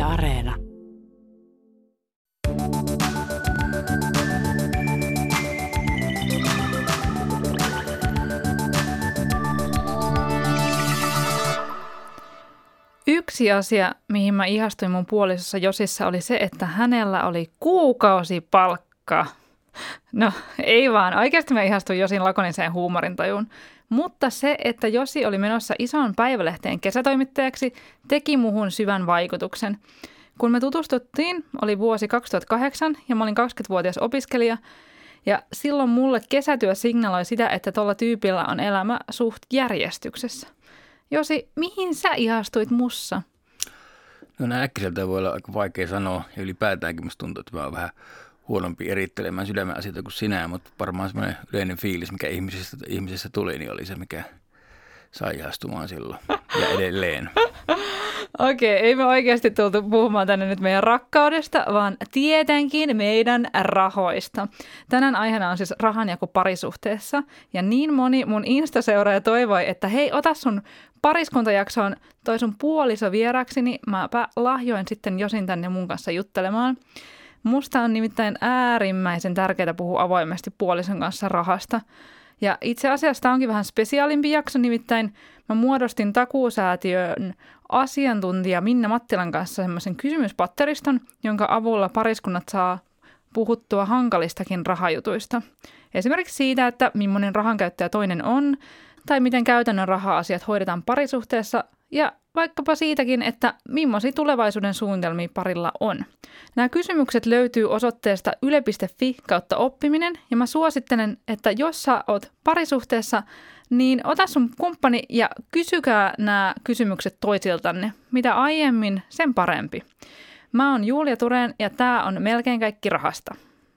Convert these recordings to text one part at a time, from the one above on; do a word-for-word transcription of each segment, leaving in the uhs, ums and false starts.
Areena. Yksi asia, mihin mä ihastuin mun puolisossa Josissa, oli se, että hänellä oli kuukausipalkka. No ei vaan, oikeasti mä ihastuin Josin lakoniseen huumorintajuun. Mutta se, että Josi oli menossa ison päivälehteen kesätoimittajaksi, teki muhun syvän vaikutuksen. Kun me tutustuttiin, oli vuosi kaksituhattakahdeksan ja mä olin kaksikymmentävuotias opiskelija. Ja silloin mulle kesätyö signaloi sitä, että tuolla tyypillä on elämä suht järjestyksessä. Josi, mihin sä ihastuit mussa? No näin äkkiseltä voi olla aika vaikea sanoa ja ylipäätäänkin musta tuntuu, että mä oon vähän huonompi erittelemään sydämen asioita kuin sinä, mutta varmaan semmoinen yleinen fiilis, mikä ihmisessä, ihmisessä tuli, niin oli se, mikä sai ihastumaan silloin ja edelleen. Okei, ei me oikeasti tultu puhumaan tänne nyt meidän rakkaudesta, vaan tietenkin meidän rahoista. Tänään aiheena on siis rahanjako parisuhteessa ja niin moni mun Insta-seuraaja toivoi, että hei, ota sun pariskuntajaksoon toi sun puoliso vieraksi, niin mäpä lahjoin sitten Josin tänne mun kanssa juttelemaan. Musta on nimittäin äärimmäisen tärkeää puhua avoimesti puolison kanssa rahasta. Ja itse asiassa tämä onkin vähän spesiaalimpi jakso, nimittäin mä muodostin Takuusäätiön asiantuntija Minna Mattilan kanssa semmoisen kysymyspatteriston, jonka avulla pariskunnat saa puhuttua hankalistakin rahajutuista. Esimerkiksi siitä, että millainen rahankäyttäjä toinen on, tai miten käytännön raha-asiat hoidetaan parisuhteessa, ja vaikkapa siitäkin, että millaisia tulevaisuuden suunnitelmia parilla on. Nämä kysymykset löytyy osoitteesta yle piste fi kautta oppiminen, ja mä suosittelen, että jos sä oot parisuhteessa, niin ota sun kumppani ja kysykää nämä kysymykset toisiltanne. Mitä aiemmin, sen parempi. Mä oon Julia Turén ja tää on Melkein kaikki rahasta.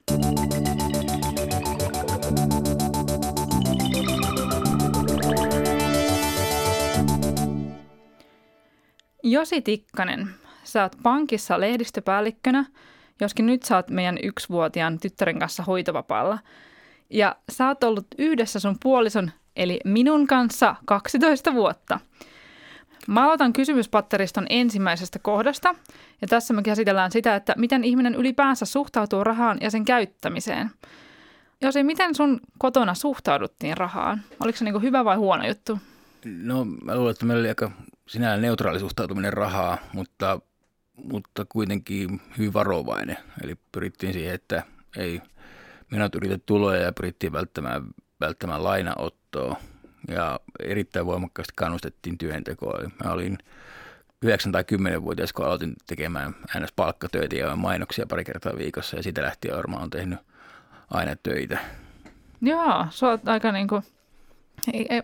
Josi Tikkanen, sä oot pankissa lehdistöpäällikkönä, joskin nyt sä oot meidän yksivuotiaan tyttären kanssa hoitovapaalla. Ja sä oot ollut yhdessä sun puolison, eli minun kanssa kaksitoista vuotta. Mä aloitan kysymyspatteriston ensimmäisestä kohdasta, ja tässä me käsitellään sitä, että miten ihminen ylipäänsä suhtautuu rahaan ja sen käyttämiseen. Josi, miten sun kotona suhtauduttiin rahaan? Oliko se niinku hyvä vai huono juttu? No mä luulen, että meillä oli aika sinällään neutraali suhtautuminen rahaa, mutta, mutta kuitenkin hyvin varovainen. Eli pyrittiin siihen, että ei menot yritä tuloja ja pyrittiin välttämään, välttämään lainaottoa. Ja erittäin voimakkaasti kannustettiin työntekoa. Mä olin yhdeksän- tai kymmenvuotias, kun aloitin tekemään äänes palkkatöitä ja mainoksia pari kertaa viikossa. Ja siitä lähtien varmaan olen tehnyt aina töitä. Joo, sä oot aika niinku... Ei, ei,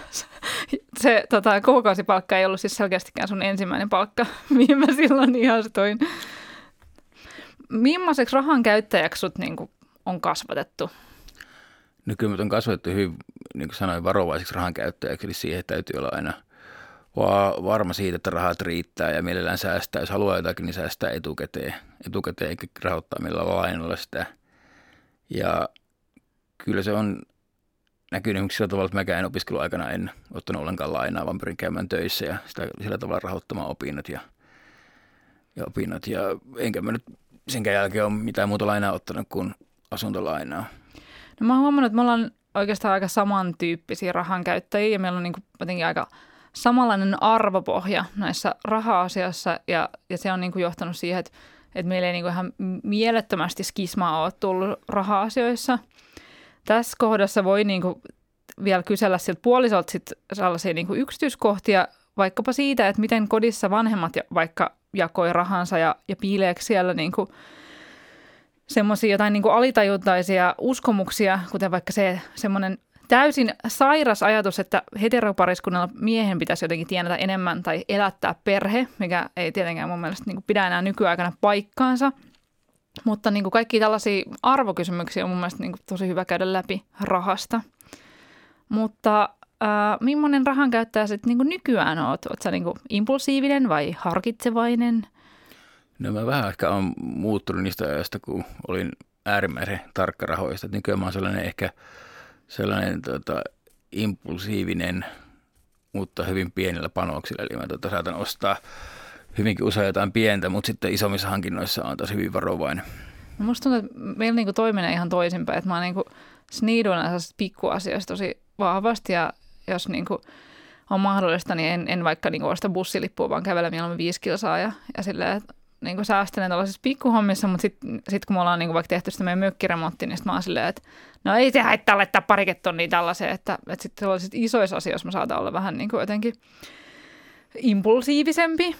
se tota, kuukausipalkka ei ollut siis selkeästikään sun ensimmäinen palkka, mihin mä silloin ihastuin. Millaiseksi rahan käyttäjäksi sut niin kuin, on kasvatettu? No kyllä mut on kasvatettu hyvin, niin kuin sanoin, varovaiseksi rahan käyttäjäksi, eli siihen täytyy olla aina varma siitä, että rahat riittää ja mielellään säästää. Jos haluaa jotakin, niin säästää etukäteen, etukäteen eikä rahoittaa millään lainalla sitä. Ja kyllä se on näkynyt sillä tavalla, että mäkään en opiskeluaikana en ottanut ollenkaan lainaa, vaan pyrin käymään töissä ja sitä, sillä tavalla rahoittamaan opinnot ja, ja opinnot. Ja enkä mä nyt senkään jälkeen ole mitään muuta lainaa ottanut kuin asuntolainaa. No mä oon huomannut, että me ollaan oikeastaan aika samantyyppisiä rahankäyttäjiä ja meillä on niin kuin jotenkin aika samanlainen arvopohja näissä raha-asiassa ja, ja se on niin kuin johtanut siihen, että, että meillä ei niin kuin ihan mielettömästi skismaa ole tullut raha-asioissa. Tässä kohdassa voi niinku vielä kysellä siltä puolisolta sit sellaisia niinku yksityiskohtia, vaikkapa siitä, että miten kodissa vanhemmat vaikka jakoi rahansa ja, ja piileekö siellä niinku semmoisia jotain niinku alitajuntaisia uskomuksia, kuten vaikka se semmoinen täysin sairas ajatus, että heteropariskunnalla miehen pitäisi jotenkin tienata enemmän tai elättää perhe, mikä ei tietenkään mun mielestä niinku pidä enää nykyaikana paikkaansa. Mutta niin kuin kaikki tällaisia arvokysymyksiä on mun mielestä niin kuin tosi hyvä käydä läpi rahasta. Mutta äh, millainen rahankäyttäjä sitten niin kuin nykyään oot? Oot sä niin kuin impulsiivinen vai harkitsevainen? No mä vähän ehkä olen muuttunut niistä ajasta, kun olin äärimmäisen tarkka rahoista. Nykyään mä oon sellainen ehkä sellainen tota, impulsiivinen, mutta hyvin pienillä panoksilla. Eli mä tota, saatan ostaa hyvinkin usein jotain pientä, mutta sitten isommissa hankinnoissa on taas hyvin varovainen. No musta tuntuu, että meillä niinku toimii ihan toisinpäin, että mä oon niinku sniidun näistä pikkuasioista tosi vahvasti ja jos niinku on mahdollista, niin en, en vaikka niinku osta bussilippua, vaan kävellä mieluummin viisi kilsaa ja, ja silleen, että niinku säästelen tällaisissa pikkuhommissa, mutta sitten sit kun me ollaan niinku vaikka tehty sitä meidän mökkiremonttia, niin sit mä oon silleen, että no ei se haittaa laittaa pariket tonnia tällaiseen, että, että sitten sellaisissa isoissa asioissa mä saatan olla vähän niinku jotenkin impulsiivisempi.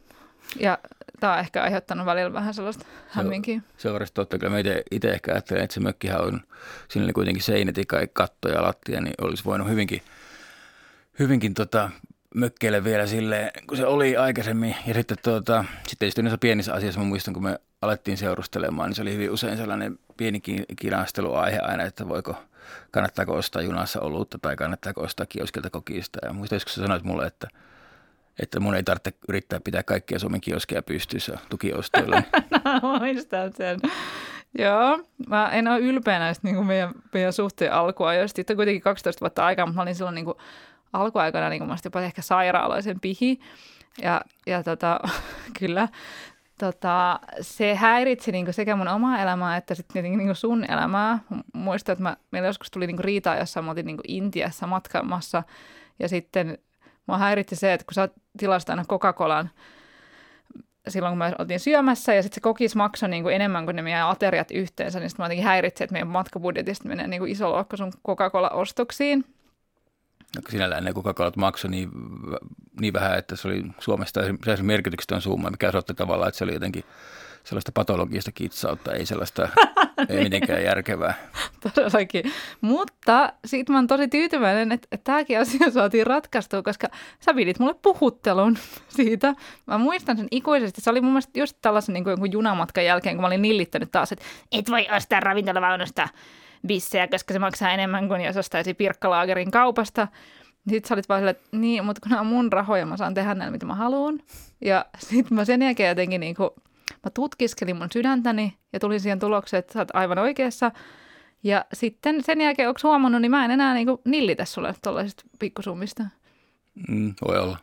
Ja tämä on ehkä aiheuttanut välillä vähän sellaista hämminkiä. Se on varmasti totta. Kyllä mä itse ehkä ajattelen, että se mökkihän on, siinä oli kuitenkin seinät, katto ja lattia, niin olisi voinut hyvinkin, hyvinkin tota, mökkeille vielä silleen, kun se oli aikaisemmin. Ja sitten, tota, sitten tietysti näissä pienissä asioissa, mä muistan, kun me alettiin seurustelemaan, niin se oli hyvin usein sellainen pieni kinasteluaihe aina, että voiko, kannattaako ostaa junassa olutta tai kannattaako ostaa kioskilta kokista. Ja muistan, kun sä sanoit mulle, että Että mun ei tarvitse yrittää pitää kaikkia Suomen kioskeja pystyssä tukiostoilla. No, muistan sen. Joo, mä en ole ylpeä näistä niin kuin meidän, meidän suhteen alkuajoista. Sitten kuitenkin kaksitoista vuotta aikaa, mutta mä olin silloin niin kuin alkuaikana niin kuin mä jopa ehkä sairaaloisen pihi. Ja, ja tota, kyllä tota, se häiritsi niin kuin sekä mun omaa elämää että sitten niin kuin sun elämää. Muistan, että mä, meillä joskus tuli niin kuin riitaa, jossa mä olin niin kuin Intiassa matkaamassa ja sitten mua häiritti se, että kun sä tilasit aina Coca-Colan silloin, kun me oltiin syömässä, ja sitten se kokis maksoi niin kuin enemmän kuin ne meidän ateriat yhteensä, niin sitten mä jotenkin häiritsin, että meidän matkabudjetista menee niin kuin iso lohko sun Coca-Cola-ostoksiin. No, sinällään ne Coca-Colat maksoi niin, niin vähän, että se oli Suomesta se merkityksetön summa, mikä osoitti tavallaan, että se oli jotenkin sellaista patologista kitsautta, ei sellaista, ei mitenkään järkevää. Todellakin. Mutta siitä mä oon tosi tyytyväinen, että, että tämäkin asia saatiin ratkaistua, koska sä pidit mulle puhuttelun siitä. Mä muistan sen ikuisesti. Se oli mun mielestä just tällaisen niin kuin jonkun junamatkan jälkeen, kun mä olin nillittänyt taas, että et voi ostaa ravintolavaunusta bissejä, koska se maksaa enemmän kuin jos ostaisi Pirkkalaagerin kaupasta. Sitten sä olit vaan silleen, että niin, mutta kun nämä on mun rahoja, mä saan tehdä näillä, mitä mä haluan. Ja sitten mä sen jälkeen jotenkin niin kuin mä tutkiskelin mun sydäntäni ja tulin siihen tulokseen, että sä oot aivan oikeassa. Ja sitten sen jälkeen, onko huomannut, niin mä en enää niin kuin nillitä sulle tuollaisista pikkusummista. Mm, voi olla.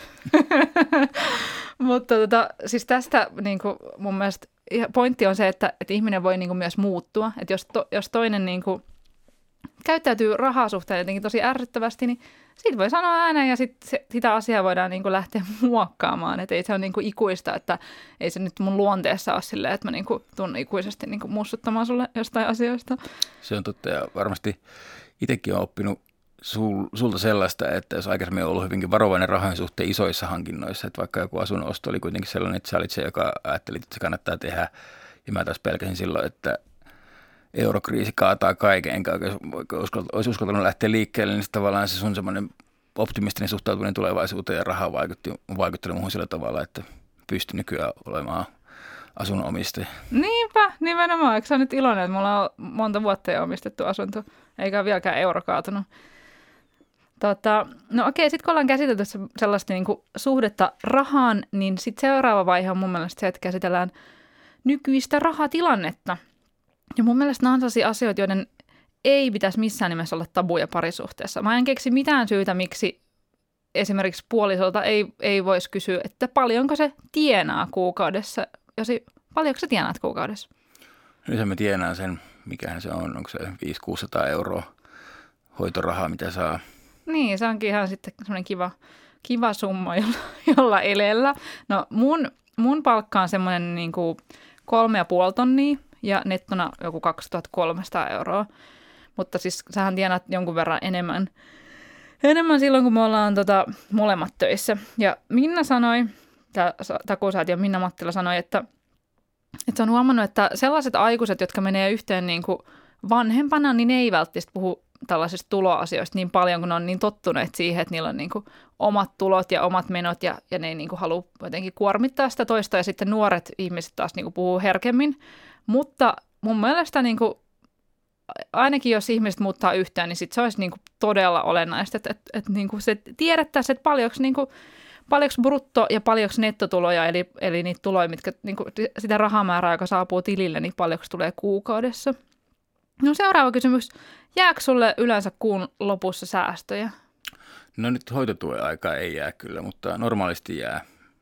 Mutta tota, siis tästä niin kuin mun mielestä pointti on se, että, että ihminen voi niin kuin myös muuttua. Että jos, to, jos toinen niin kuin käyttäytyy rahasuhteen jotenkin tosi ärsyttävästi, niin siitä voi sanoa ääneen ja sit se, sitä asiaa voidaan niin kuin lähteä muokkaamaan. Että ei se ole niin kuin ikuista, että ei se nyt mun luonteessa ole silleen, että mä niin kuin tunnen ikuisesti niin kuin mussuttamaan sulle jostain asioista. Se on totta ja varmasti itsekin olen oppinut sul, sulta sellaista, että jos aikaisemmin on ollut hyvinkin varovainen rahojen suhteen isoissa hankinnoissa, että vaikka joku asunnon osto oli kuitenkin sellainen, että sä olit se, joka ajattelit, että se kannattaa tehdä. Ja mä taas pelkäsin silloin, että eurokriisi kaataa kaiken, enkä oikein olisi uskaltanut lähteä liikkeelle, niin tavallaan se sun semmoinen optimistinen suhtautuminen tulevaisuuteen ja raha vaikutti, vaikutteli muuhun sillä tavalla, että pystyi nykyään olemaan asunnon omistaja. Niinpä, nimenomaan. Eikö sä nyt iloinen, että mulla on monta vuotta jo omistettu asunto, eikä ole vieläkään euro kaatunut. Tota, no okei, sitten kun ollaan käsitelty sellaista niin kuin suhdetta rahaan, niin sitten seuraava vaihe on mun mielestä se, että käsitellään nykyistä rahatilannetta. Ja mun mielestä nämä on sellaisia asioita, joiden ei pitäisi missään nimessä olla tabuja parisuhteessa. Mä en keksi mitään syytä, miksi esimerkiksi puolisolta ei, ei voisi kysyä, että paljonko se tienaa kuukaudessa. Josi, paljonko sä tienaat kuukaudessa? Nyt mä tienaan sen, mikähän se on, onko se viisi kuusisataa euroa hoitorahaa, mitä saa. Niin, se onkin ihan sitten semmoinen kiva, kiva summa, jolla, jolla elellä. No mun, mun palkka on semmoinen niin kuin kolme ja puoli tonnia. Ja nettona joku kaksituhattakolmesataa euroa. Mutta siis sähän tienaat jonkun verran enemmän, enemmän silloin, kun me ollaan tota, molemmat töissä. Ja Minna sanoi, tämä takuusäätiön Minna Mattila sanoi, että, että se on huomannut, että sellaiset aikuiset, jotka menee yhteen niin kuin vanhempana, niin ne ei välttämättä puhu tällaisista tuloasioista niin paljon, kun ne on niin tottuneet siihen, että niillä on niin kuin omat tulot ja omat menot ja, ja ne ei niin kuin halua jotenkin kuormittaa sitä toista. Ja sitten nuoret ihmiset taas niin kuin puhuu herkemmin. Mutta mun mielestä niin kuin, ainakin jos ihmiset muuttaa yhteen, niin sit se olisi niin kuin todella olennaista, että, että, että niin kuin se tiedettäisiin, että paljonko, niin kuin, paljonko brutto- ja paljonko nettotuloja, eli, eli niitä tuloja, mitkä, niin kuin sitä rahamäärää, joka saapuu tilille, niin paljonko tulee kuukaudessa. No seuraava kysymys. Jääkö sulle yleensä kuun lopussa säästöjä? No nyt hoitotuen aikaa ei jää kyllä, mutta normaalisti jää.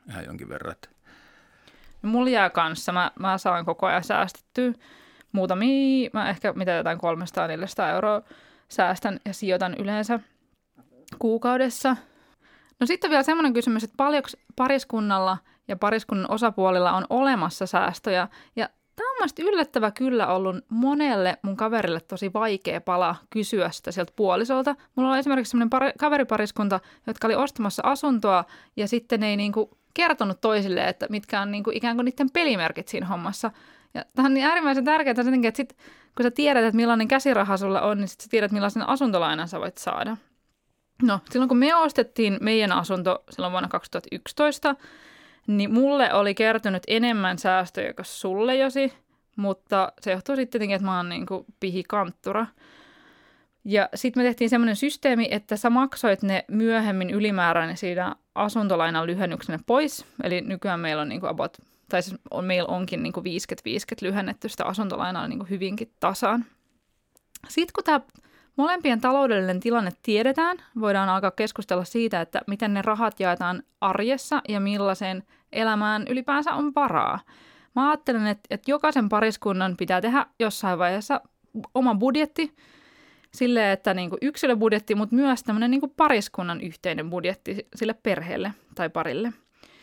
ihan jonkin verran. No, mulla jää kanssa. Mä, mä saan koko ajan säästettyä muutamia, mä ehkä mitä jotain kolmesataa neljäsataa euroa säästän ja sijoitan yleensä kuukaudessa. No sitten on vielä semmoinen kysymys, että paljonko pariskunnalla ja pariskunnan osapuolilla on olemassa säästöjä. Ja tämä on mielestäni yllättävä kyllä ollut monelle mun kaverille tosi vaikea pala kysyä sitä sieltä puolisolta. Mulla on esimerkiksi semmoinen pari, kaveripariskunta, jotka oli ostamassa asuntoa ja sitten ne ei niinku kertonut toisille, että mitkä on niinku ikään kuin niiden pelimerkit siinä hommassa. Ja tämä on niin äärimmäisen tärkeää jotenkin, että sit, kun sä tiedät, että millainen käsiraha sulla on, niin sit sä tiedät, millaisen asuntolainan sä voit saada. No, silloin kun me ostettiin meidän asunto silloin vuonna kaksituhattayksitoista, niin mulle oli kertynyt enemmän säästöjä kuin sulle, Josi, mutta se johtuu sitten tietenkin, että mä oon niin kuin pihikanttura. Ja sitten me tehtiin semmoinen systeemi, että sä maksoit ne myöhemmin ylimääräinen siinä asuntolainan lyhennyksenä pois. Eli nykyään meillä on niin kuin about, tai siis on, meillä onkin niin kuin viisikymmentä viisikymmentä lyhennetty sitä asuntolainaa niin kuin hyvinkin tasaan. Sitten kun tämä molempien taloudellinen tilanne tiedetään, voidaan alkaa keskustella siitä, että miten ne rahat jaetaan arjessa ja millaiseen elämään ylipäänsä on varaa. Mä ajattelen, että, että jokaisen pariskunnan pitää tehdä jossain vaiheessa oma budjetti, silleen, että niin kuin yksilöbudjetti, mutta myös tämmöinen niin kuin pariskunnan yhteinen budjetti sille perheelle tai parille.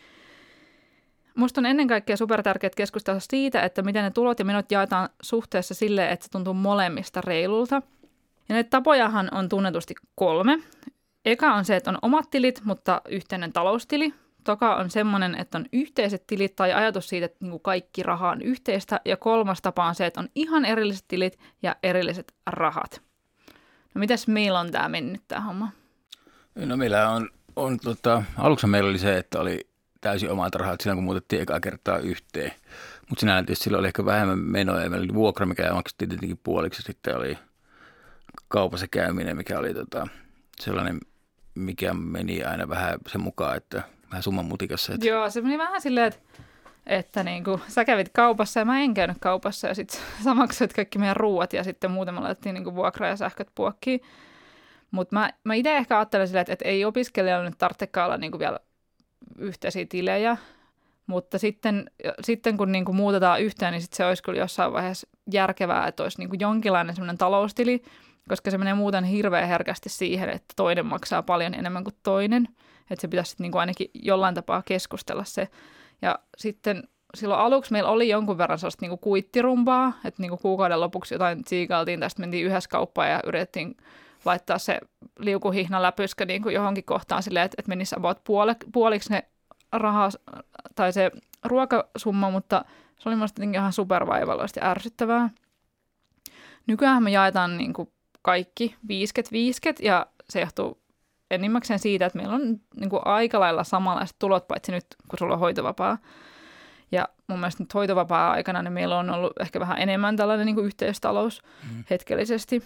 Musta on ennen kaikkea supertärkeää keskustella siitä, että miten ne tulot ja menot jaetaan suhteessa silleen, että se tuntuu molemmista reilulta. Ja näitä tapojahan on tunnetusti kolme. Eka on se, että on omat tilit, mutta yhteinen taloustili. Toka on semmoinen, että on yhteiset tilit tai ajatus siitä, että niin kuin kaikki raha on yhteistä. Ja kolmas tapa on se, että on ihan erilliset tilit ja erilliset rahat. No mitäs meillä on tämä mennyt tämä homma? No meillä on, on tota, aluksi meillä oli se, että oli täysin omat rahat silloin, kun muutettiin ekaa kertaa yhteen. Mutta sinällään tietysti silloin oli ehkä vähemmän menoja. Meillä oli vuokra, mikä maksettiin tietenkin puoliksi. Sitten oli kaupassa käyminen, mikä oli tota, sellainen, mikä meni aina vähän sen mukaan, että vähän summan mutikassa. Että... Joo, se meni vähän silleen, että, että niin kuin, sä kävit kaupassa ja mä en käynyt kaupassa ja sitten sä maksoit kaikki meidän ruuat ja sitten muuten laitettiin niin kuin vuokra ja sähköt puokkiin. Mutta mä, mä itse ehkä ajattelen silleen, että, että ei opiskelijalle nyt tarvitsekaan olla niin kuin vielä yhteisiä tilejä, mutta sitten, sitten kun niin kuin muutetaan yhteen, niin sit se olisi kyllä jossain vaiheessa järkevää, että olisi niin kuin jonkinlainen semmoinen taloustili, koska se menee muuten hirveän herkästi siihen, että toinen maksaa paljon enemmän kuin toinen. Että se pitäisi niin kuin ainakin jollain tapaa keskustella se. Ja sitten silloin aluksi meillä oli jonkun verran sellaista niin kuin kuittirumpaa, että niin kuin kuukauden lopuksi jotain tsiikailtiin, tästä mentiin yhdessä kauppaan ja yritettiin laittaa se liukuhihna läpyskä niin kuin johonkin kohtaan silleen, että, että menisi about puoliksi ne rahaa tai se ruokasumma, mutta se oli minusta jotenkin ihan supervaivallisesti ärsyttävää. Nykyään me jaetaan niin kuin kaikki viisikymmentä viisikymmentä ja se johtuu enimmäkseen siitä, että meillä on niin kuin aika lailla samanlaiset tulot, paitsi nyt kun sulla on hoitovapaa. Ja mun mielestä nyt hoitovapaa-aikana niin meillä on ollut ehkä vähän enemmän tällainen niin kuin yhteistalous mm. hetkellisesti.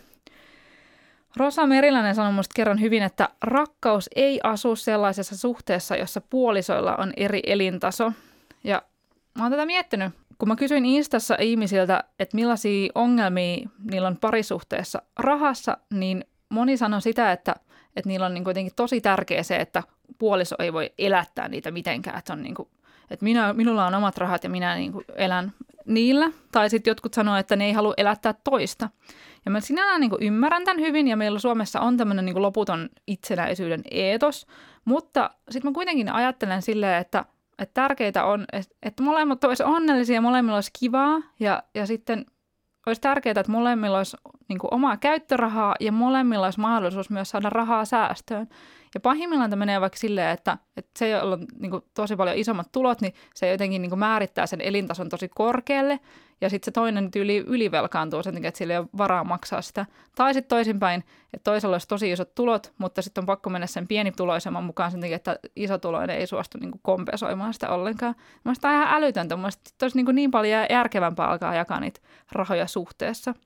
Rosa Meriläinen sanoi musta kerran hyvin, että rakkaus ei asu sellaisessa suhteessa, jossa puolisoilla on eri elintaso. Ja mä oon tätä miettinyt. Kun mä kysyin Instassa ihmisiltä, että millaisia ongelmia niillä on parisuhteessa rahassa, niin moni sanoi sitä, että, että niillä on niin kuitenkin tosi tärkeä se, että puoliso ei voi elättää niitä mitenkään. Että, on niin kuin, että minä, minulla on omat rahat ja minä niin kuin elän niillä. Tai sitten jotkut sanoo, että ne ei halua elättää toista. Ja mä sinällään niin kuin ymmärrän tämän hyvin ja meillä Suomessa on tämmöinen niin kuin loputon itsenäisyyden eetos. Mutta sitten mä kuitenkin ajattelen silleen, että Että tärkeää on, että molemmat olisivat onnellisia, molemmilla olisi kivaa ja, ja sitten olisi tärkeää, että molemmilla olisi niin kuin omaa käyttörahaa ja molemmilla olisi mahdollisuus myös saada rahaa säästöön. Ja pahimmillaan tämä menee vaikka silleen, että, että se, jolla on niin kuin tosi paljon isommat tulot, niin se jotenkin niin kuin määrittää sen elintason tosi korkealle ja sitten se toinen tyyli ylivelkaantuu sen takia, että sillä ei ole varaa maksaa sitä. Tai sitten toisinpäin, että toisella olisi tosi isot tulot, mutta sitten on pakko mennä sen pienituloisemman mukaan sen takia, että isotuloinen ei suostu niin kuin kompensoimaan sitä ollenkaan. Mielestäni tämä on ihan älytöntä. Mielestäni olisi niin, niin paljon järkevämpää alkaa jakaa niitä rahoja suhteessa.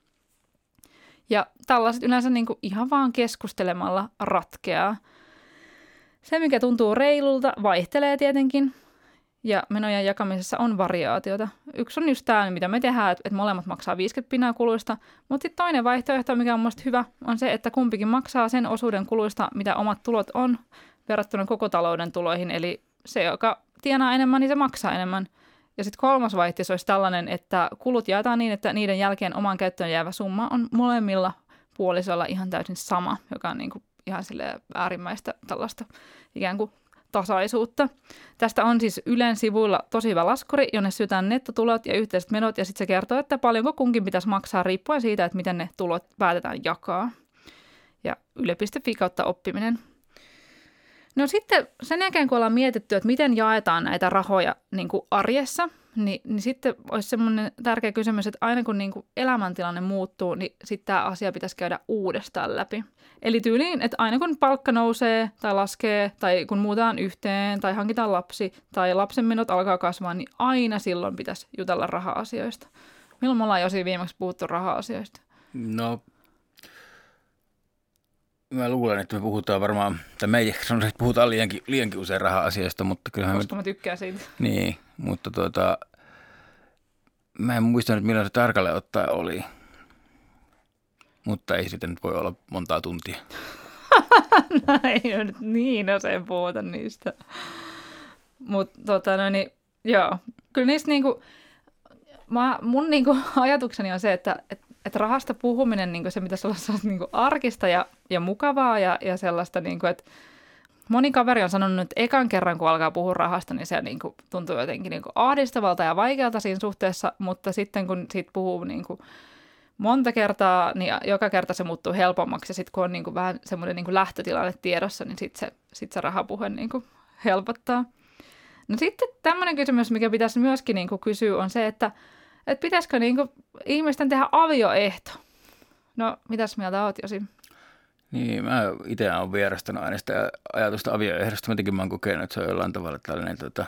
Ja tällaiset yleensä niin kuin ihan vaan keskustelemalla ratkeaa. Se, mikä tuntuu reilulta, vaihtelee tietenkin. Ja menojen jakamisessa on variaatiota. Yksi on just tämä, mitä me tehdään, että molemmat maksaa viisikymmentä pinnaa kuluista. Mutta sitten toinen vaihtoehto, mikä on mielestäni hyvä, on se, että kumpikin maksaa sen osuuden kuluista, mitä omat tulot on, verrattuna koko talouden tuloihin. Eli se, joka tienaa enemmän, niin se maksaa enemmän. Ja sitten kolmas vaihtoehto olisi tällainen, että kulut jaetaan niin, että niiden jälkeen omaan käyttöön jäävä summa on molemmilla puolisoilla ihan täysin sama, joka on niin kuin ihan silleen äärimmäistä tällaista ikään kuin tasaisuutta. Tästä on siis Ylen sivuilla tosi hyvä laskuri, jonne syötään nettotulot ja yhteiset menot, ja sitten se kertoo, että paljonko kunkin pitäisi maksaa riippuen siitä, että miten ne tulot päätetään jakaa. Ja yle piste fi kautta oppiminen. No sitten sen jälkeen, kun ollaan mietitty, että miten jaetaan näitä rahoja niin kuin arjessa, niin, niin sitten olisi semmoinen tärkeä kysymys, että aina kun niin kuin elämäntilanne muuttuu, niin sitten tämä asia pitäisi käydä uudestaan läpi. Eli tyyliin, että aina kun palkka nousee tai laskee, tai kun muutaan yhteen, tai hankitaan lapsi, tai lapsen menot alkaa kasvaa, niin aina silloin pitäisi jutella raha-asioista. Milloin me ollaan Josi viimeksi puhuttu raha-asioista? No, mä luulen, että me puhutaan varmaan, tai me ei ehkä sanoa, että puhutaan liiankin, liiankin usein raha-asioista, mutta kyllähän Koska me... mä tykkään siitä. Niin, mutta tuota, mä en muista nyt milloin se tarkalleen ottaen oli, mutta ei sitten nyt voi olla montaa tuntia. Näin, nyt niin usein puhuta niistä. Mutta tota no niin, joo, kyllä niistä niinku, mä, mun niinku ajatukseni on se, että et, et rahasta puhuminen, niinku se pitäisi olla sellaista niinku arkista ja, ja mukavaa ja, ja sellaista, niinku, että moni kaveri on sanonut, että ekan kerran kun alkaa puhua rahasta, niin se niinku tuntuu jotenkin niinku ahdistavalta ja vaikealta siinä suhteessa, mutta sitten kun siitä puhuu niinku monta kertaa, niin joka kerta se muuttuu helpommaksi ja sitten kun on niinku vähän semmoinen niinku lähtötilanne tiedossa, niin sitten se, sit se rahapuhe niinku helpottaa. No sitten tämmöinen kysymys, mikä pitäisi myöskin niinku kysyä, on se, että et pitäisikö niinku ihmisten tehdä avioehto? No, mitäs mieltä oot, Josi? Niin, mä itse olen vierastanut aina sitä ajatusta avioehdosta. Jotenkin mä oon kokenut, että se on jollain tavalla tällainen tota,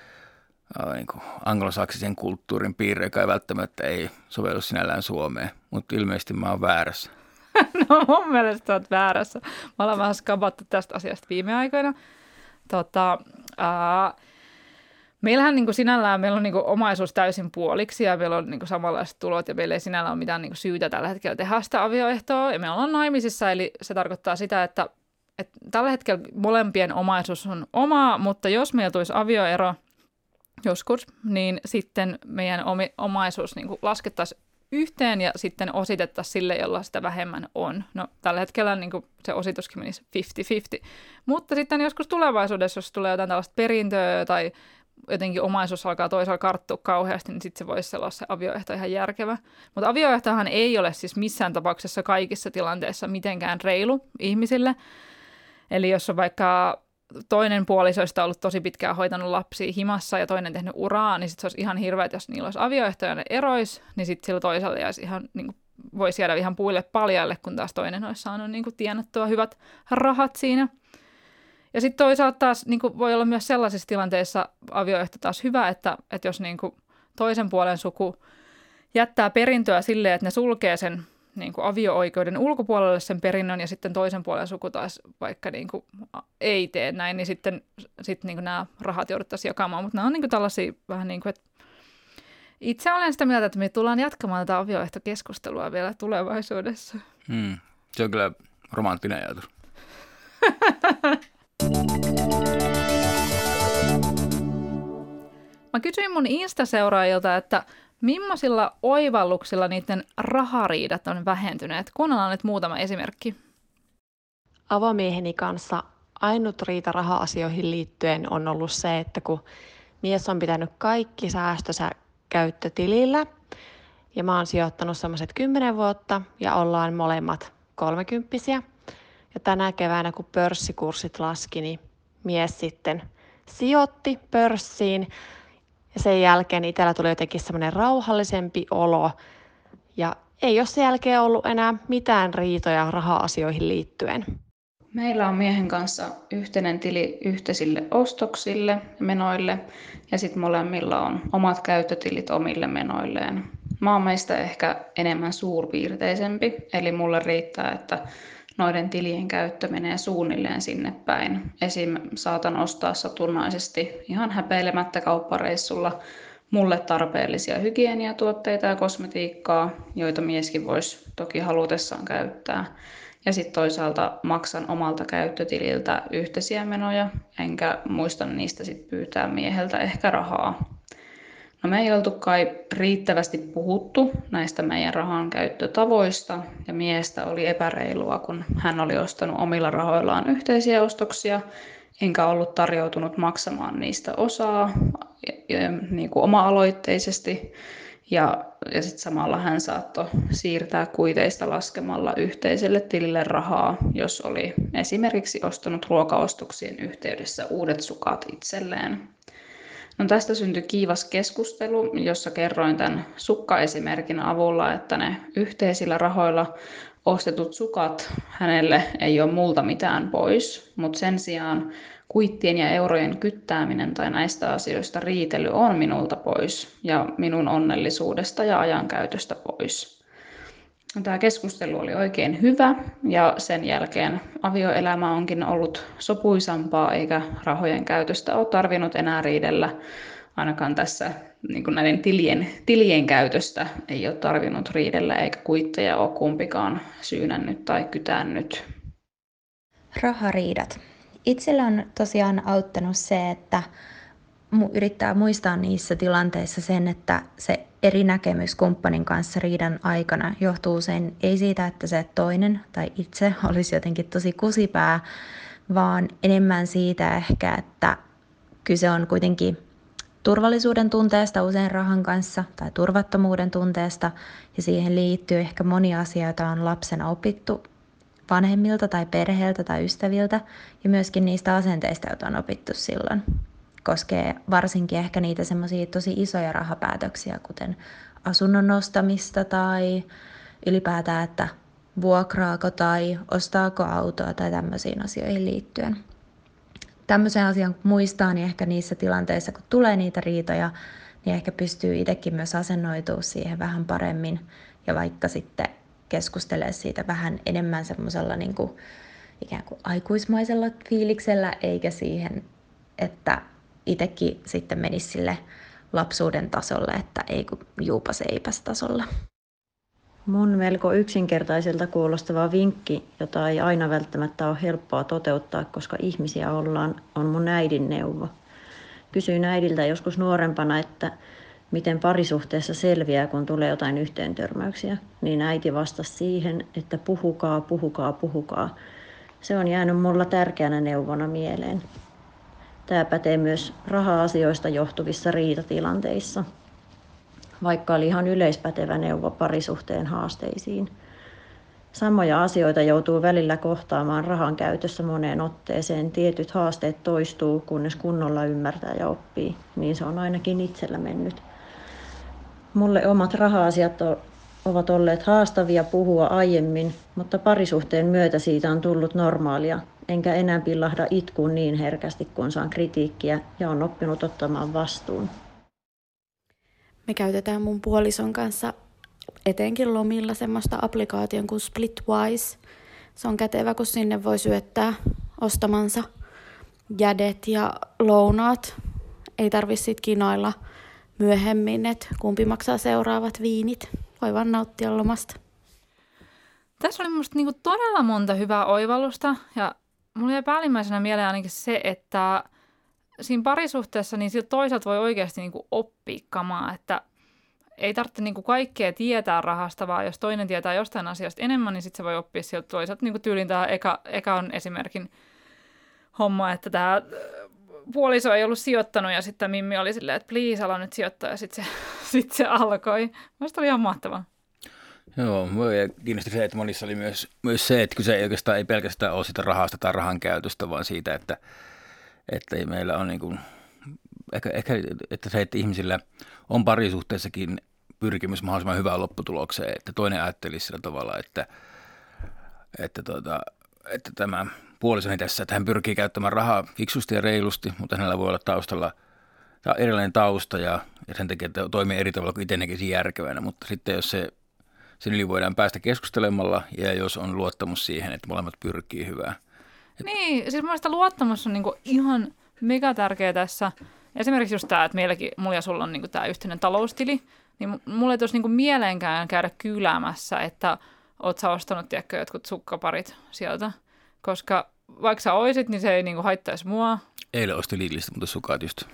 niin kuin anglosaksisen kulttuurin piirre, joka ei välttämättä ei sovellu sinällään Suomeen, mutta ilmeisesti mä oon väärässä. No mun mielestä oot väärässä. Mä olen vähän skabattu tästä asiasta viime aikoina. Tota, ää, meillähän niin kuin sinällään meillä on niin kuin omaisuus täysin puoliksi ja meillä on niin kuin samanlaiset tulot ja meillä ei sinällään ole mitään niin kuin syytä tällä hetkellä tehdä sitä avioehtoa. Ja me ollaan naimisissa, eli se tarkoittaa sitä, että, että tällä hetkellä molempien omaisuus on omaa, mutta jos meillä tulisi avioero joskus, niin sitten meidän omi, omaisuus niin kuin laskettaisiin yhteen ja sitten ositettaisiin sille, jolla sitä vähemmän on. No tällä hetkellä niin kuin se osituskin menisi viisikymmentä viisikymmentä, mutta sitten joskus tulevaisuudessa, jos tulee jotain tällaista perintöä tai jotenkin omaisuus alkaa toisaalta karttua kauheasti, niin sitten se voisi olla se avioehto ihan järkevä. Mutta avioehtohan ei ole siis missään tapauksessa kaikissa tilanteissa mitenkään reilu ihmisille. Eli jos on vaikka toinen puolisoista ollut tosi pitkään hoitanut lapsia himassa ja toinen tehnyt uraa, niin sitten se olisi ihan hirveä, että jos niillä olisi avioehtoja ja ne erois, niin sitten sillä toisella jäisi ihan, niin kuin, voisi jäädä ihan puille paljalle, kun taas toinen olisi saanut niin kuin, tienattua hyvät rahat siinä. Ja sitten toisaalta taas niin kuin, voi olla myös sellaisissa tilanteissa avioehto taas hyvä, että, että jos niin kuin, toisen puolen suku jättää perintöä silleen, että ne sulkee sen niin kuin avio-oikeuden ulkopuolelle sen perinnön ja sitten toisen puolen suku taas vaikka niin kuin ei tee näin, niin sitten sit niin kuin nämä rahat jouduttaisiin jakamaan. Mutta nämä on niin kuin tällaisia vähän niin kuin, että itse olen sitä mieltä, että me tullaan jatkamaan tätä avioehtokeskustelua vielä tulevaisuudessa. Hmm. Se on kyllä romanttinen ajatus. Mä kysyin mun Insta-seuraajilta, että millaisilla oivalluksilla niiden rahariidat on vähentyneet? Kuunnellaan nyt muutama esimerkki. Avomieheni kanssa ainut riita raha-asioihin liittyen on ollut se, että kun mies on pitänyt kaikki säästönsä käyttötilillä ja mä oon sijoittanut semmoiset kymmenen vuotta ja ollaan molemmat kolmekymppisiä. Ja tänä keväänä, kun pörssikurssit laski, niin mies sitten sijoitti pörssiin. Ja sen jälkeen itsellä tuli jotenkin semmoinen rauhallisempi olo. Ja ei ole sen jälkeen ollut enää mitään riitoja raha-asioihin liittyen. Meillä on miehen kanssa yhteinen tili yhteisille ostoksille ja menoille. Ja sitten molemmilla on omat käyttötilit omille menoilleen. Mä oon meistä ehkä enemmän suurpiirteisempi. Eli mulle riittää, että noiden tilien käyttö menee suunnilleen sinne päin. Esim. Saatan ostaa satunnaisesti ihan häpeilemättä kauppareissulla mulle tarpeellisia hygieniatuotteita ja kosmetiikkaa, joita mieskin voisi toki halutessaan käyttää. Ja sitten toisaalta maksan omalta käyttötililtä yhteisiä menoja, enkä muista niistä sit pyytää mieheltä ehkä rahaa. No me ei oltu kai riittävästi puhuttu näistä meidän rahan käyttötavoista ja miestä oli epäreilua, kun hän oli ostanut omilla rahoillaan yhteisiä ostoksia, enkä ollut tarjoutunut maksamaan niistä osaa niin kuin oma-aloitteisesti. Ja, ja sitten samalla hän saattoi siirtää kuiteista laskemalla yhteiselle tilille rahaa, jos oli esimerkiksi ostanut ruokaostoksien yhteydessä uudet sukat itselleen. No tästä syntyi kiivas keskustelu, jossa kerroin tämän sukkaesimerkin avulla, että ne yhteisillä rahoilla ostetut sukat hänelle ei ole multa mitään pois, mutta sen sijaan kuittien ja eurojen kyttääminen tai näistä asioista riitely on minulta pois ja minun onnellisuudesta ja ajankäytöstä pois. Tämä keskustelu oli oikein hyvä ja sen jälkeen avioelämä onkin ollut sopuisampaa eikä rahojen käytöstä ole tarvinnut enää riidellä. Ainakaan tässä niin kuin näiden tilien, tilien käytöstä ei ole tarvinnut riidellä eikä kuitteja ole kumpikaan syynännyt tai kytännyt. Rahariidat. Itsellä on tosiaan auttanut se, että yrittää muistaa niissä tilanteissa sen, että se eri näkemys kumppanin kanssa riidan aikana johtuu usein ei siitä, että se toinen tai itse olisi jotenkin tosi kusipää, vaan enemmän siitä ehkä, että kyse on kuitenkin turvallisuuden tunteesta usein rahan kanssa tai turvattomuuden tunteesta ja siihen liittyy ehkä monia asioita, joita on lapsena opittu vanhemmilta tai perheeltä tai ystäviltä ja myöskin niistä asenteista, joita on opittu silloin. Koskee varsinkin ehkä niitä semmoisia tosi isoja rahapäätöksiä, kuten asunnon ostamista tai ylipäätään, että vuokraako tai ostaako autoa tai tämmöisiin asioihin liittyen. Tämmöisen asian kun muistaa, niin ehkä niissä tilanteissa, kun tulee niitä riitoja, niin ehkä pystyy itsekin myös asennoitumaan siihen vähän paremmin ja vaikka sitten keskustelee siitä vähän enemmän semmoisella niin kuin ikään kuin aikuismaisella fiiliksellä, eikä siihen, että itsekin sitten menisi sille lapsuuden tasolle, että ei kun juupas eipäs tasolla. Mun melko yksinkertaiselta kuulostava vinkki, jota ei aina välttämättä ole helppoa toteuttaa, koska ihmisiä ollaan, on mun äidin neuvo. Kysyin äidiltä joskus nuorempana, että miten parisuhteessa selviää, kun tulee jotain yhteentörmäyksiä. Niin äiti vastasi siihen, että puhukaa, puhukaa, puhukaa. Se on jäänyt mulla tärkeänä neuvona mieleen. Tämä pätee myös raha-asioista johtuvissa riitatilanteissa, vaikka oli ihan yleispätevä neuvo parisuhteen haasteisiin. Samoja asioita joutuu välillä kohtaamaan rahan käytössä moneen otteeseen. Tietyt haasteet toistuu, kunnes kunnolla ymmärtää ja oppii. Niin se on ainakin itsellä mennyt. Mulle omat raha-asiat ovat olleet haastavia puhua aiemmin, mutta parisuhteen myötä siitä on tullut normaalia. Enkä enää pillahda itkuun niin herkästi, kun saan kritiikkiä ja on oppinut ottamaan vastuun. Me käytetään mun puolison kanssa etenkin lomilla semmoista applikaation kuin Splitwise. Se on kätevä, kun sinne voi syöttää ostamansa jädet ja lounaat. Ei tarvitse sit kinoilla myöhemmin, että kumpi maksaa seuraavat viinit. Voi vaan nauttia lomasta. Tässä oli musta niinku todella monta hyvää oivallusta ja mulla jäi päällimmäisenä mieleen ainakin se, että siinä parisuhteessa niin siltä toisaalta voi oikeasti niinku oppia kamaa, että ei tarvitse niinku kaikkea tietää rahasta, vaan jos toinen tietää jostain asiasta enemmän, niin sitten se voi oppia sieltä toisaalta. Niinku tyylin tämä eka, eka on esimerkin homma, että tämä puoliso ei ollut sijoittanut ja sitten Mimmi oli silleen, että please, ala nyt sijoittaa ja sitten se, sit se alkoi. Minusta oli ihan mahtavaa. Joo, minua kiinnosti se, että monissa oli myös, myös se, että kyse ei oikeastaan ei pelkästään ole sitä rahasta tai rahan käytöstä, vaan siitä, että, että meillä on niin kuin, ehkä, ehkä että se, että ihmisillä on parisuhteessakin pyrkimys mahdollisimman hyvään lopputulokseen, että toinen ajattelisi sillä tavalla, että, että, tuota, että tämä puolisoni tässä, että hän pyrkii käyttämään rahaa fiksusti ja reilusti, mutta hänellä voi olla taustalla erilainen tausta ja, ja sen takia toimii eri tavalla kuin itse näkisi järkevänä, mutta sitten jos se sen yli voidaan päästä keskustelemalla ja jos on luottamus siihen, että molemmat pyrkii hyvään. Niin, siis mielestäni luottamus on niinku ihan mega tärkeä tässä. Esimerkiksi just tämä, että meilläkin, mulla ja sulla on niinku tämä yhteinen taloustili, niin mulla ei tuossa niinku mieleenkään käydä kyläämässä, että oot sä ostanut, tiedätkö, jotkut sukkaparit sieltä. Koska vaikka sä oisit, niin se ei niinku haittaisi mua. Eilen ostin Lidlistä, mutta sukat just.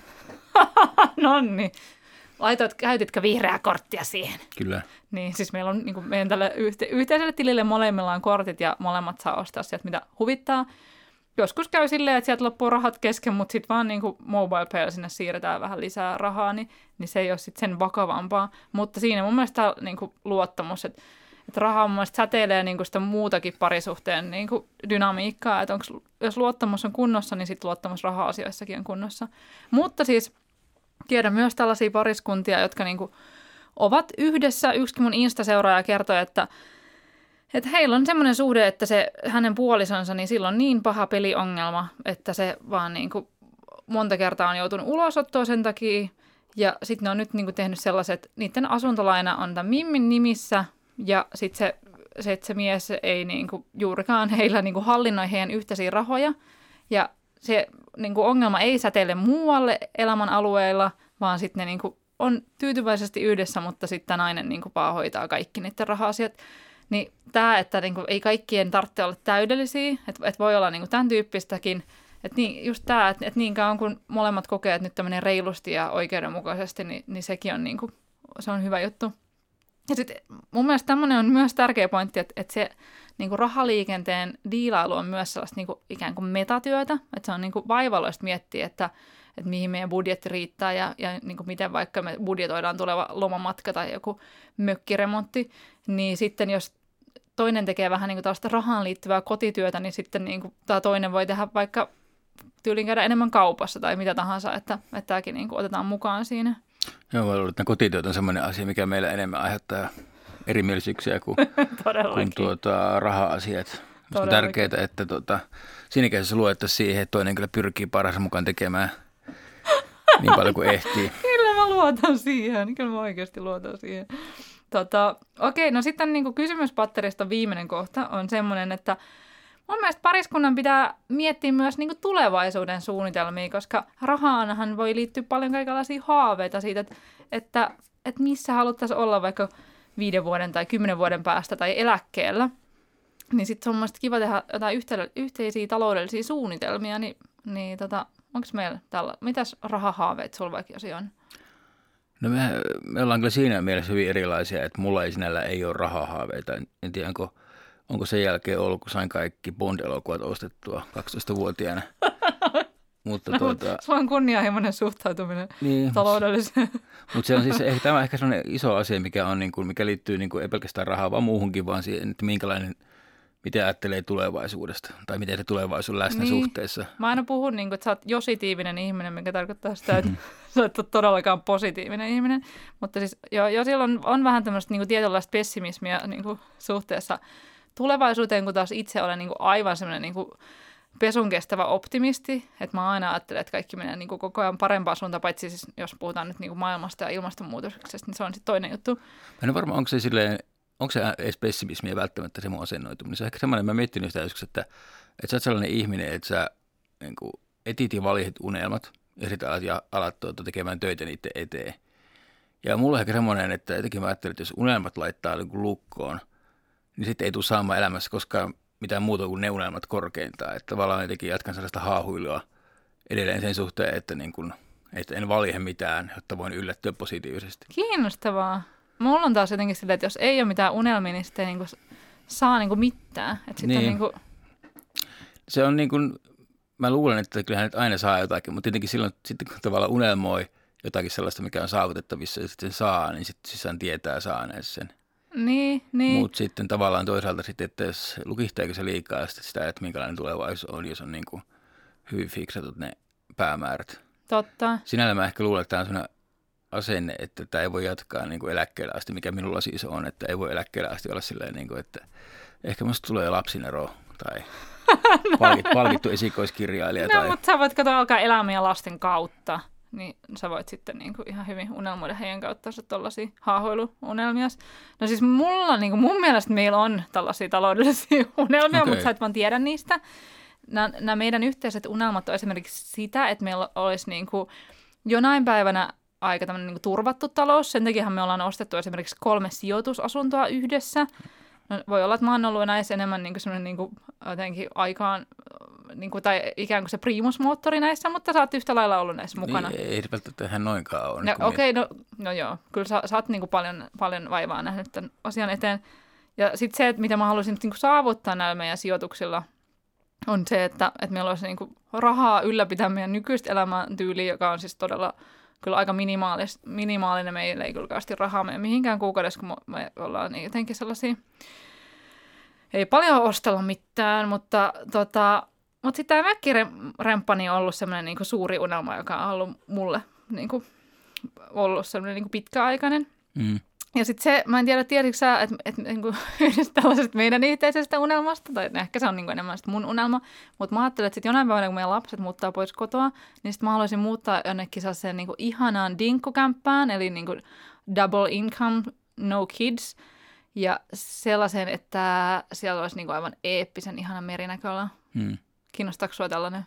Nonni. Laitoit, käytitkö vihreää korttia siihen? Kyllä. Niin, siis meillä on niin meidän tälle yhte- yhteiselle tilille molemmilla on kortit ja molemmat saa ostaa sieltä, mitä huvittaa. Joskus käy silleen, että sieltä loppuu rahat kesken, mutta sitten vaan niin mobile paylla sinne siirretään vähän lisää rahaa, niin, niin se ei ole sitten sen vakavampaa. Mutta siinä mun mielestä niin luottamus, että, että rahaa mun mielestä säteilee niin sitä muutakin parisuhteen niin dynamiikkaa, että onks, jos luottamus on kunnossa, niin sitten luottamus raha-asioissakin on kunnossa. Mutta siis tiedän myös tällaisia pariskuntia, jotka niin ovat yhdessä. Yksikin mun Insta-seuraaja kertoi, että Että heillä on semmoinen suhde, että se hänen puolisonsa, niin sillä on niin paha peliongelma, että se vaan niin kuin monta kertaa on joutunut ulosottoon sen takia. Ja sitten ne on nyt niin kuin tehnyt sellaiset, niiden asuntolaina on tämän Mimmin nimissä ja sitten se, se, että se mies ei niin kuin juurikaan heillä niin kuin hallinnoi heidän yhteisiä rahoja. Ja se niin kuin ongelma ei säteile muualle elämän alueilla, vaan sitten ne niin kuin on tyytyväisesti yhdessä, mutta sitten nainen niin kuin vaan hoitaa kaikki niiden raha-asiat. Niin tämä, että niinku ei kaikkien tarvitse olla täydellisiä, että et voi olla niinku tämän tyyppistäkin. Että niin, just tämä, että et niin kauan kun molemmat kokee, että nyt tämmöinen reilusti ja oikeudenmukaisesti, niin, niin sekin on, niinku, se on hyvä juttu. Ja sitten mun mielestä tämmöinen on myös tärkeä pointti, että, että se niinku rahaliikenteen diilailu on myös sellaista niinku ikään kuin metatyötä. Että se on niinku vaivalloista miettiä, että, että mihin meidän budjetti riittää ja, ja niinku miten vaikka me budjetoidaan tuleva lomamatka tai joku mökkiremontti. Niin sitten jos toinen tekee vähän niin kuin tällaista rahaan liittyvää kotityötä, niin sitten niin kuin tämä toinen voi tehdä vaikka tyyliin käydä enemmän kaupassa tai mitä tahansa, että, että tämäkin niin kuin otetaan mukaan siinä. Joo, voi olla, että kotityöt on sellainen asia, mikä meillä enemmän aiheuttaa erimielisyyksiä kuin, kuin tuota, raha-asiat. On tärkeää, että tuota, siinä käsissä luettaisiin siihen, että toinen kyllä pyrkii parhaansa mukaan tekemään niin paljon kuin ehtii. Kyllä mä luotan siihen, kyllä mä oikeasti luotan siihen. Tota, okei, no sitten niin kuin kysymyspatterista viimeinen kohta on semmoinen, että mun mielestä pariskunnan pitää miettiä myös niin kuin tulevaisuuden suunnitelmia, koska rahaanhan voi liittyä paljon kaikenlaisia haaveita siitä, että, että, että missä haluttaisiin olla vaikka viiden vuoden tai kymmenen vuoden päästä tai eläkkeellä. Niin sitten se on mun mielestä kiva tehdä jotain yhteisiä taloudellisia suunnitelmia, niin, niin tota, onko meillä tällä, mitäs rahahaaveet sulla vaikka jos on? No me, me ollaan kyllä siinä mielessä hyvin erilaisia, että mulla ei sinällä ei ole rahahaaveita. En, en tiedä, onko, onko sen jälkeen ollut, kun sain kaikki Bond-elokuvat ostettua kaksitoistavuotiaana. Mutta no, tuota, sulla on kunnianhimoinen suhtautuminen niin, taloudelliseen. Mutta se on siis ehkä, tämä on ehkä sellainen iso asia, mikä, on, niin kuin, mikä liittyy niin kuin, ei pelkästään rahaa, vaan muuhunkin, vaan siihen, että minkälainen, miten ajattelee tulevaisuudesta tai miten se tulevaisuus on läsnä niin. Suhteessa. Mä aina puhun, niin kuin, että sä oot jositiivinen ihminen, mikä tarkoittaa sitä, että sä et ole todellakaan positiivinen ihminen. Mutta siis jo, jo silloin on vähän tämmöistä niin kuin tietynlaista pessimismiä niin kuin suhteessa tulevaisuuteen, kun taas itse olen niin kuin aivan semmoinen niin kuin pesun kestävä optimisti. Että mä aina ajattelen, että kaikki menee niin kuin koko ajan parempaan suuntaan, paitsi siis, jos puhutaan nyt niin kuin maailmasta ja ilmastonmuutoksesta, niin se on sitten toinen juttu. Mä en varmaan, onko se silleen, onko se edes pessimismiä välttämättä se mun asennoituminen? Se on ehkä semmoinen, mä miettinyt sitä joskus, että, että sä oot sellainen ihminen, että sä niin kuin etit ja valihit unelmat ja sitten alat, ja alat tuota, tekemään töitä niiden eteen. Ja mulla on ehkä semmoinen, että jotenkin mä ajattelin, että jos unelmat laittaa lukkoon, niin sitten ei tule saamaan elämässä koskaan mitään muuta kuin ne unelmat korkeintaan. Että tavallaan jotenkin jatkan sellaista haahuilua edelleen sen suhteen, että, niin kun, että en valje mitään, jotta voin yllättyä positiivisesti. Kiinnostavaa. Mulla on taas jotenkin silleen, että jos ei ole mitään unelmia, niin sitten ei niin kuin saa niin kuin mitään. Että niin. Niin kuin se on niin kuin, mä luulen, että kyllähän nyt aina saa jotakin, mutta tietenkin silloin, sitten kun tavallaan unelmoi jotakin sellaista, mikä on saavutettavissa ja sitten sen saa, niin sitten sisään tietää saaneensa sen. Niin, niin. Mutta sitten tavallaan toisaalta sitten, että jos lukihteeko se liikaa sitä, että minkälainen tulevaisuus on, jos on niin kuin hyvin fiksatut ne päämäärät. Totta. Sinällä mä ehkä luulen, että tämä on sellainen asenne, että tämä ei voi jatkaa niin kuin eläkkeellä asti, mikä minulla siis on, että ei voi eläkkeellä asti olla silleen, niin kuin, että ehkä musta tulee lapsinero tai palkittu, palkittu esikoiskirjailija. No, tai... mutta sä voit katsoa alkaa elämiä lasten kautta, niin sä voit sitten niin kuin ihan hyvin unelmoida heidän kauttansa tuollaisia haahuiluunelmia. No siis mulla, niin kuin mun mielestä meillä on tällaisia taloudellisia unelmia, okay. Mutta sä et vaan tiedä niistä. Nämä, nämä meidän yhteiset unelmat on esimerkiksi sitä, että meillä olisi niin kuin jonain päivänä aika tämmöinen niin kuin turvattu talous. Sen takiahan me ollaan ostettu esimerkiksi kolme sijoitusasuntoa yhdessä. No, voi olla, että mä oon ollut näissä enemmän niin kuin semmoinen niin kuin, jotenkin aikaan, niin kuin, tai ikään kuin se primusmoottori näissä, mutta sä oot yhtä lailla ollut näissä mukana. Niin, ei välttämättä ihan noinkaan ole. No, Okei, okay, no, no joo, kyllä sä, sä oot niin kuin paljon, paljon vaivaa nähnyt tämän asian eteen. Ja sitten se, että mitä mä haluaisin niin kuin saavuttaa näillä meidän sijoituksilla, on se, että, että meillä olisi niin kuin rahaa ylläpitää meidän nykyistä elämäntyyliä, joka on siis todella kyllä aika minimaalis, minimaalinen. Meillä ei kyllä kauheasti rahaa mene mihinkään kuukaudessa, kun me ollaan niin jotenkin sellaisia, ei paljon ostella mitään, mutta, tota, mutta sitten tämä Mäkkiremppani on ollut semmoinen niin kuin suuri unelma, joka on ollut mulle niin kuin, ollut semmoinen niin kuin pitkäaikainen. Mm. Ja sitten se, mä en tiedä, tiedätkö sä, että et, niinku, yhdestä tällaisesta meidän yhteisestä unelmasta, tai ehkä se on niinku enemmän mun unelma, mutta mä ajattelen, että sitten jonain päivänä, kun meidän lapset muuttaa pois kotoa, niin sitten mä haluaisin muuttaa jonnekin sellaiseen niinku ihanaan dinkkukämppään, eli niinku double income, no kids, ja sellaisen, että siellä olisi niinku aivan eeppisen ihana merinäköllä. Hmm. Kiinnostaako sua tällainen?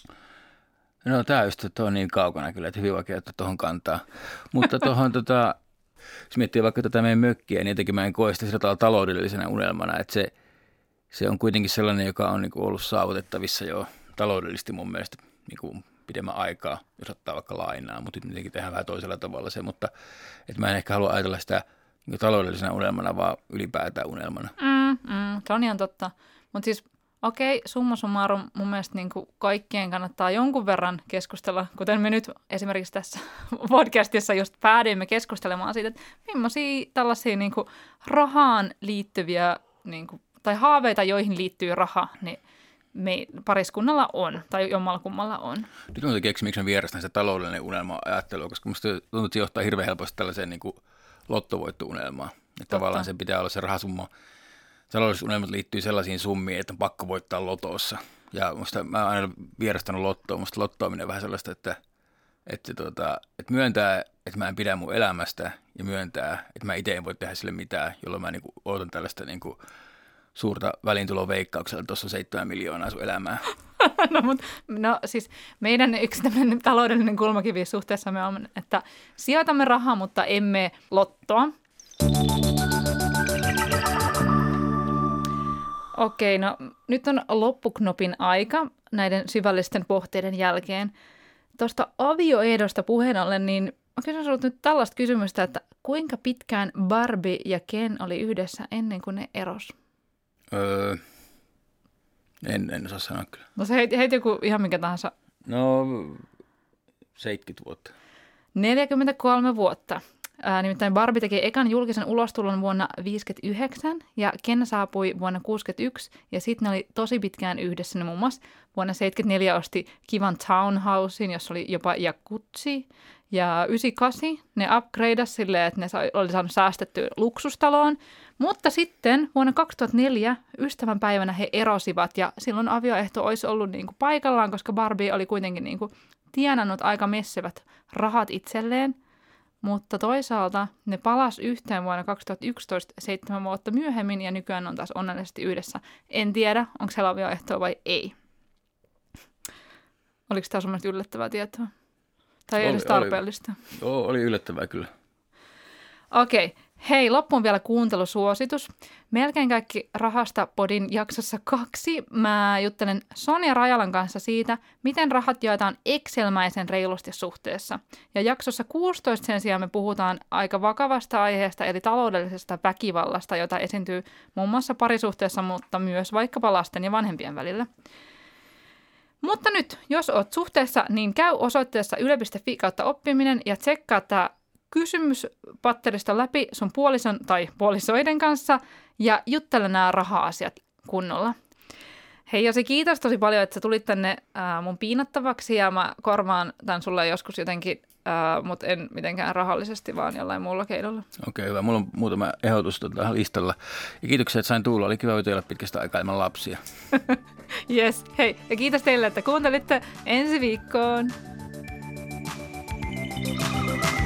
No tämä just, että on niin kaukana kyllä, että hyvin vaikea ottaa tuohon kantaa, mutta tuohon tota... Jos miettii vaikka tätä meidän mökkiä, niin jotenkin mä en koe sitä sillä tavalla taloudellisena unelmana, että se, se on kuitenkin sellainen, joka on niin kuin ollut saavutettavissa jo taloudellisesti mun mielestä niin kuin pidemmän aikaa, jos ottaa vaikka lainaa, mutta nyt jotenkin tehdään vähän toisella tavalla se, mutta että mä en ehkä halua ajatella sitä niin kuin taloudellisena unelmana, vaan ylipäätään unelmana. Mm, mm, se on ihan totta, mutta siis okei, summa summarum, mun mielestä niin kuin kaikkien kannattaa jonkun verran keskustella, kuten me nyt esimerkiksi tässä podcastissa just päädyimme keskustelemaan siitä, että millaisia tällaisia niin kuin rahaan liittyviä niin kuin, tai haaveita, joihin liittyy raha, niin me pariskunnalla on, tai jommalla kummalla on. Nyt mä keksin, miksi mä vierastan sitä taloudellinen unelma-ajattelua, koska musta tuntuu, että se johtaa hirveän helposti tällaiseen niin kuin lottovoitto-unelmaan. Että tavallaan se pitää olla se rahasumma. Taloudelliset unelmat liittyy sellaisiin summiin, että on pakko voittaa lotossa. Ja musta mä oon aina vierastanut lottoa. Musta lottoaminen on vähän sellaista, että, että, tuota, että myöntää, että mä en pidä mun elämästä ja myöntää, että mä itse en voi tehdä sille mitään, jolloin mä niinku odotan tällaista niinku suurta väliintuloveikkauksella, että tuossa on seitsemän miljoonaa sun elämää. No, mutta, no siis meidän yksi tämmöinen taloudellinen kulmakivi suhteessamme on, että sijoitamme rahaa, mutta emme lottoa. Okei, no nyt on loppuknopin aika näiden syvällisten pohteiden jälkeen. Tuosta avioehdosta puheen ollen, niin mä kysyn sinulta nyt tällaista kysymystä, että kuinka pitkään Barbie ja Ken oli yhdessä ennen kuin ne eros? Öö, en, en osaa sanoa kyllä. No se heiti, heiti joku ihan mikä tahansa. No seitsemänkymmentä vuotta. neljäkymmentäkolme vuotta. Ää, nimittäin Barbie teki ekan julkisen ulostulon vuonna viisikymmentäyhdeksän ja Ken saapui vuonna kuusikymmentäyksi ja sitten ne oli tosi pitkään yhdessä. Ne muun muassa vuonna seitsemänkymmentäneljä osti kivan townhousein, jossa oli jopa jacuzzi ja yhdeksänkymmentäkahdeksan ne upgradeasi silleen, että ne oli saanut säästettyä luksustaloon. Mutta sitten vuonna kaksituhattaneljä ystävänpäivänä he erosivat ja silloin avioehto olisi ollut niinku paikallaan, koska Barbie oli kuitenkin niinku tienannut aika messevät rahat itselleen. Mutta toisaalta ne palas yhteen vuonna kaksituhattayksitoista seitsemän vuotta myöhemmin ja nykyään on taas onnellisesti yhdessä. En tiedä, onko se avioehtoa vai ei. Oliko tämä sun mielestä yllättävää tietoa? Tai oli, edes tarpeellista? Oli, joo, oli yllättävää kyllä. Okei. Hei, loppuun vielä kuuntelusuositus. Melkein kaikki rahasta podin jaksossa kaksi. Mä juttelen Sonja Rajalan kanssa siitä, miten rahat jaetaan Excel-mäisen reilusti suhteessa. Ja jaksossa kuusitoista sen sijaan me puhutaan aika vakavasta aiheesta, eli taloudellisesta väkivallasta, jota esiintyy muun muassa parisuhteessa, mutta myös vaikkapa lasten ja vanhempien välillä. Mutta nyt, jos oot suhteessa, niin käy osoitteessa yle piste fi kautta oppiminen ja tsekkaa tämä kysymyspatterista läpi sun puolison tai puolisoiden kanssa ja juttele nämä raha-asiat kunnolla. Hei Josi, kiitos tosi paljon, että sä tulit tänne ää, mun piinattavaksi ja mä korvaan tämän sulle joskus jotenkin, ää, mutta en mitenkään rahallisesti, vaan jollain muulla keinolla. Okei, hyvä. Mulla on muutama ehdotus tuota listalla. Ja kiitoksia, että sain tulla. Oli kiva jutella pitkästä aikaa ilman lapsia. Yes, hei. Ja kiitos teille, että kuuntelitte ensi viikkoon.